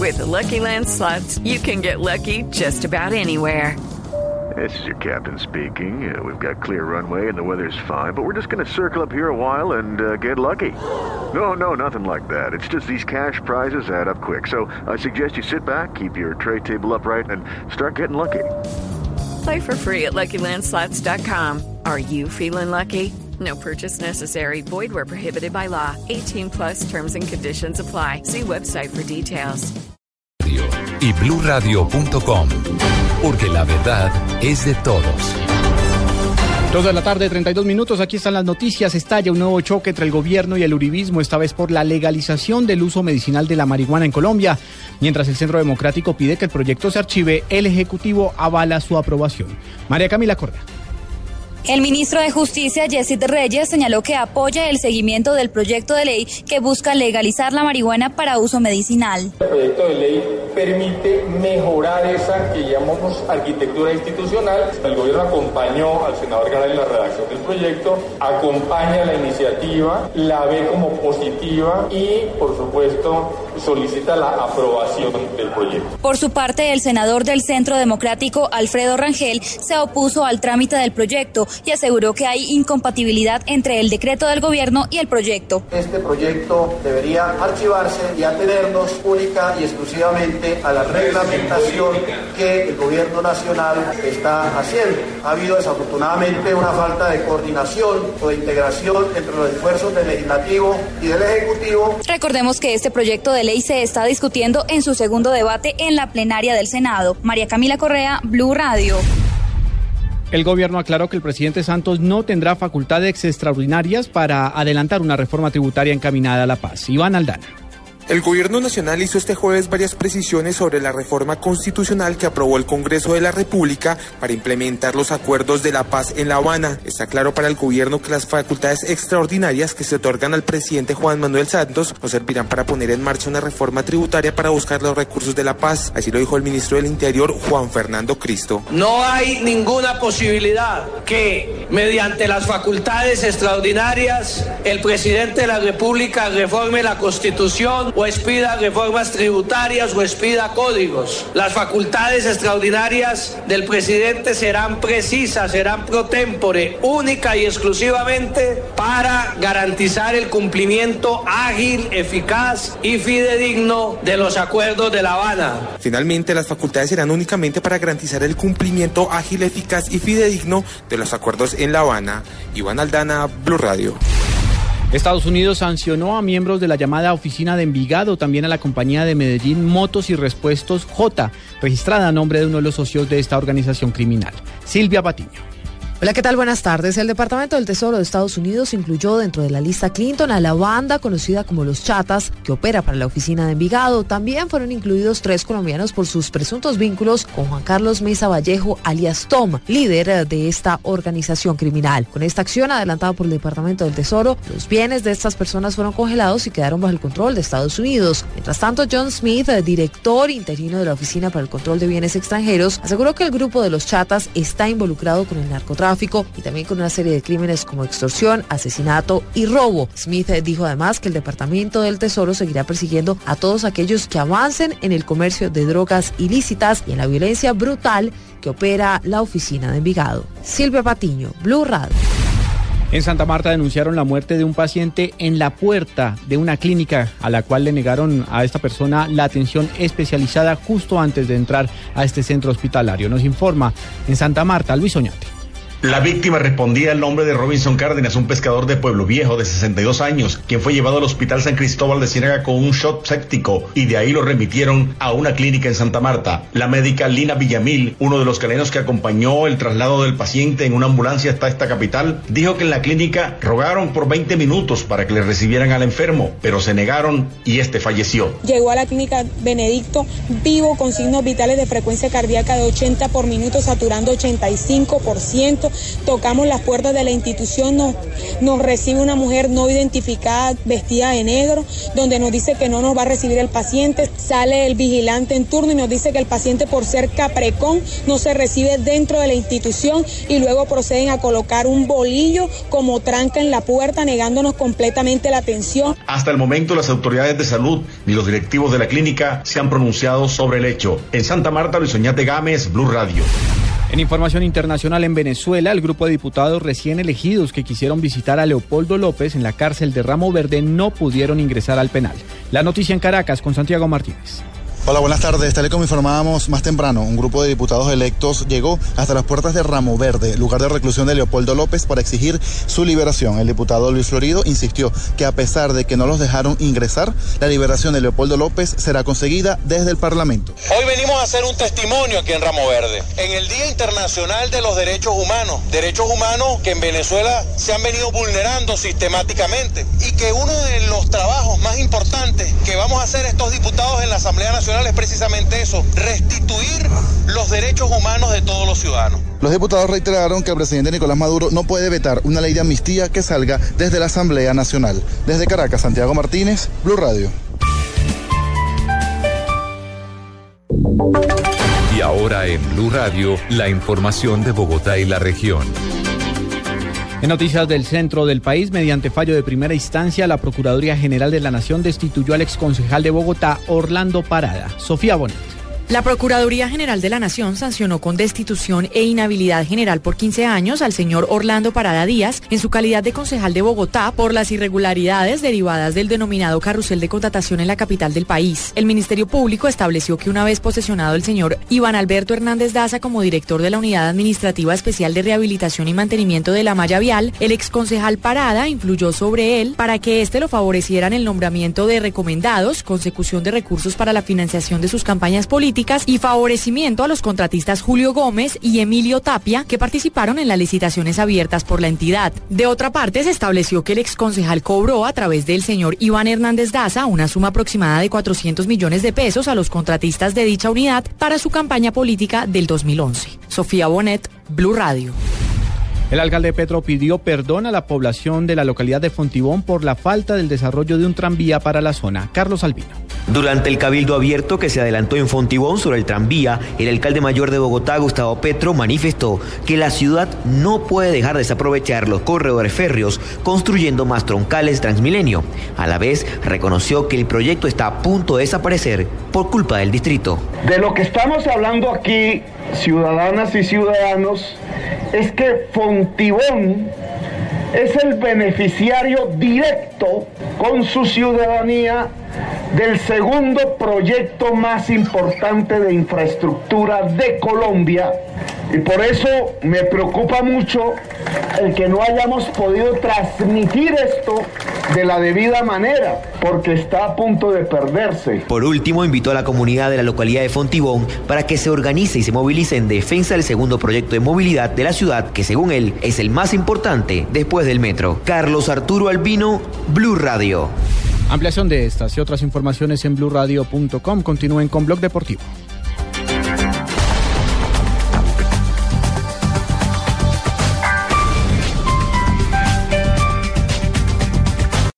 With the Lucky Land Slots, you can get lucky just about anywhere. This is your captain speaking. We've got clear runway and the weather's fine, but we're just going to circle up here a while and get lucky. No, nothing like that. It's just these cash prizes add up quick. So I suggest you sit back, keep your tray table upright, and start getting lucky. Play for free at LuckyLandSlots.com. Are you feeling lucky? No purchase necessary. Void where prohibited by law. 18+ terms and conditions apply. See website for details. Y BluRadio.com, porque la verdad es de todos. 2:32 PM. Aquí están las noticias. Estalla un nuevo choque entre el gobierno y el uribismo, esta vez por la legalización del uso medicinal de la marihuana en Colombia. Mientras el Centro Democrático pide que el proyecto se archive, el Ejecutivo avala su aprobación. María Camila Correa. El ministro de Justicia, Yesid Reyes, señaló que apoya el seguimiento del proyecto de ley que busca legalizar la marihuana para uso medicinal. El proyecto de ley permite mejorar esa que llamamos arquitectura institucional. El gobierno acompañó al senador Garay en la redacción del proyecto, acompaña la iniciativa, la ve como positiva y, por supuesto, solicita la aprobación del proyecto. Por su parte, el senador del Centro Democrático, Alfredo Rangel, se opuso al trámite del proyecto y aseguró que hay incompatibilidad entre el decreto del gobierno y el proyecto. Este proyecto debería archivarse y atenernos única y exclusivamente a la reglamentación que el gobierno nacional está haciendo. Ha habido desafortunadamente una falta de coordinación o de integración entre los esfuerzos del Legislativo y del Ejecutivo. Recordemos que este proyecto de ley se está discutiendo en su segundo debate en la plenaria del Senado. María Camila Correa, Blue Radio. El gobierno aclaró que el presidente Santos no tendrá facultades extraordinarias para adelantar una reforma tributaria encaminada a la paz. Iván Aldana. El gobierno nacional hizo este jueves varias precisiones sobre la reforma constitucional que aprobó el Congreso de la República para implementar los acuerdos de la paz en La Habana. Está claro para el gobierno que las facultades extraordinarias que se otorgan al presidente Juan Manuel Santos no servirán para poner en marcha una reforma tributaria para buscar los recursos de la paz. Así lo dijo el ministro del Interior, Juan Fernando Cristo. No hay ninguna posibilidad que mediante las facultades extraordinarias el presidente de la República reforme la Constitución o expida reformas tributarias o expida códigos. Las facultades extraordinarias del presidente serán precisas, serán pro tempore, única y exclusivamente para garantizar el cumplimiento ágil, eficaz y fidedigno de los acuerdos de La Habana. Finalmente, las facultades serán únicamente para garantizar el cumplimiento ágil, eficaz y fidedigno de los acuerdos en La Habana. Iván Aldana, Blue Radio. Estados Unidos sancionó a miembros de la llamada Oficina de Envigado, también a la compañía de Medellín Motos y Repuestos J, registrada a nombre de uno de los socios de esta organización criminal. Silvia Patiño. Hola, ¿qué tal? Buenas tardes. El Departamento del Tesoro de Estados Unidos incluyó dentro de la lista Clinton a la banda conocida como Los Chatas, que opera para la oficina de Envigado. También fueron incluidos 3 colombianos por sus presuntos vínculos con Juan Carlos Mesa Vallejo, alias Tom, líder de esta organización criminal. Con esta acción adelantada por el Departamento del Tesoro, los bienes de estas personas fueron congelados y quedaron bajo el control de Estados Unidos. Mientras tanto, John Smith, director interino de la Oficina para el Control de Bienes Extranjeros, aseguró que el grupo de Los Chatas está involucrado con el narcotráfico y también con una serie de crímenes como extorsión, asesinato y robo. Smith dijo además que el Departamento del Tesoro seguirá persiguiendo a todos aquellos que avancen en el comercio de drogas ilícitas y en la violencia brutal que opera la oficina de Envigado. Silvia Patiño, Blue Radio. En Santa Marta denunciaron la muerte de un paciente en la puerta de una clínica a la cual le negaron a esta persona la atención especializada justo antes de entrar a este centro hospitalario. Nos informa en Santa Marta, Luis Oñate. La víctima respondía al nombre de Robinson Cárdenas, un pescador de Pueblo Viejo de 62 años, quien fue llevado al Hospital San Cristóbal de Ciénaga con un shock séptico y de ahí lo remitieron a una clínica en Santa Marta. La médica Lina Villamil, uno de los caleños que acompañó el traslado del paciente en una ambulancia hasta esta capital, dijo que en la clínica rogaron por 20 minutos para que le recibieran al enfermo, pero se negaron y este falleció. Llegó a la clínica Benedicto vivo con signos vitales de frecuencia cardíaca de 80 por minuto, saturando 85%. momento tocamos las puertas de la institución, nos recibe una mujer no identificada vestida de negro, donde nos dice que no nos va a recibir el paciente. Sale el vigilante en turno y nos dice que el paciente, por ser caprecón, no se recibe dentro de la institución, y luego proceden a colocar un bolillo como tranca en la puerta, negándonos completamente la atención. Hasta el momento, las autoridades de salud ni los directivos de la clínica se han pronunciado sobre el hecho. En Santa Marta, Luis Oñate Gámez, Blue Radio. En información internacional, en Venezuela, el grupo de diputados recién elegidos que quisieron visitar a Leopoldo López en la cárcel de Ramo Verde no pudieron ingresar al penal. La noticia en Caracas con Santiago Martínez. Hola, buenas tardes. Tal y como informábamos más temprano, un grupo de diputados electos llegó hasta las puertas de Ramo Verde, lugar de reclusión de Leopoldo López, para exigir su liberación. El diputado Luis Florido insistió que a pesar de que no los dejaron ingresar, la liberación de Leopoldo López será conseguida desde el Parlamento. Hoy venimos a hacer un testimonio aquí en Ramo Verde, en el Día Internacional de los Derechos Humanos que en Venezuela se han venido vulnerando sistemáticamente, y que uno de los trabajos más importantes que vamos a hacer estos diputados en la Asamblea Nacional es precisamente eso, restituir los derechos humanos de todos los ciudadanos. Los diputados reiteraron que el presidente Nicolás Maduro no puede vetar una ley de amnistía que salga desde la Asamblea Nacional. Desde Caracas, Santiago Martínez, Blue Radio. Y ahora en Blue Radio, la información de Bogotá y la región. En noticias del centro del país, mediante fallo de primera instancia, la Procuraduría General de la Nación destituyó al exconcejal de Bogotá, Orlando Parada. Sofía Bonet. La Procuraduría General de la Nación sancionó con destitución e inhabilidad general por 15 años al señor Orlando Parada Díaz en su calidad de concejal de Bogotá por las irregularidades derivadas del denominado carrusel de contratación en la capital del país. El Ministerio Público estableció que una vez posesionado el señor Iván Alberto Hernández Daza como director de la Unidad Administrativa Especial de Rehabilitación y Mantenimiento de la Malla Vial, el exconcejal Parada influyó sobre él para que éste lo favoreciera en el nombramiento de recomendados, consecución de recursos para la financiación de sus campañas políticas y favorecimiento a los contratistas Julio Gómez y Emilio Tapia, que participaron en las licitaciones abiertas por la entidad. De otra parte, se estableció que el exconcejal cobró a través del señor Iván Hernández Daza una suma aproximada de 400 millones de pesos a los contratistas de dicha unidad para su campaña política del 2011. Sofía Bonet, Blue Radio. El alcalde Petro pidió perdón a la población de la localidad de Fontibón por la falta del desarrollo de un tranvía para la zona. Carlos Albino. Durante el cabildo abierto que se adelantó en Fontibón sobre el tranvía, el alcalde mayor de Bogotá, Gustavo Petro, manifestó que la ciudad no puede dejar desaprovechar los corredores férreos construyendo más troncales Transmilenio. A la vez, reconoció que el proyecto está a punto de desaparecer por culpa del distrito. De lo que estamos hablando aquí, ciudadanas y ciudadanos, es que Fontibón es el beneficiario directo con su ciudadanía del segundo proyecto más importante de infraestructura de Colombia, y por eso me preocupa mucho el que no hayamos podido transmitir esto de la debida manera, porque está a punto de perderse. Por último, invitó a la comunidad de la localidad de Fontibón para que se organice y se movilice en defensa del segundo proyecto de movilidad de la ciudad, que según él es el más importante después del metro. Carlos Arturo Albino, Blue Radio. Ampliación de estas y otras informaciones en bluradio.com. Continúen con Blog Deportivo.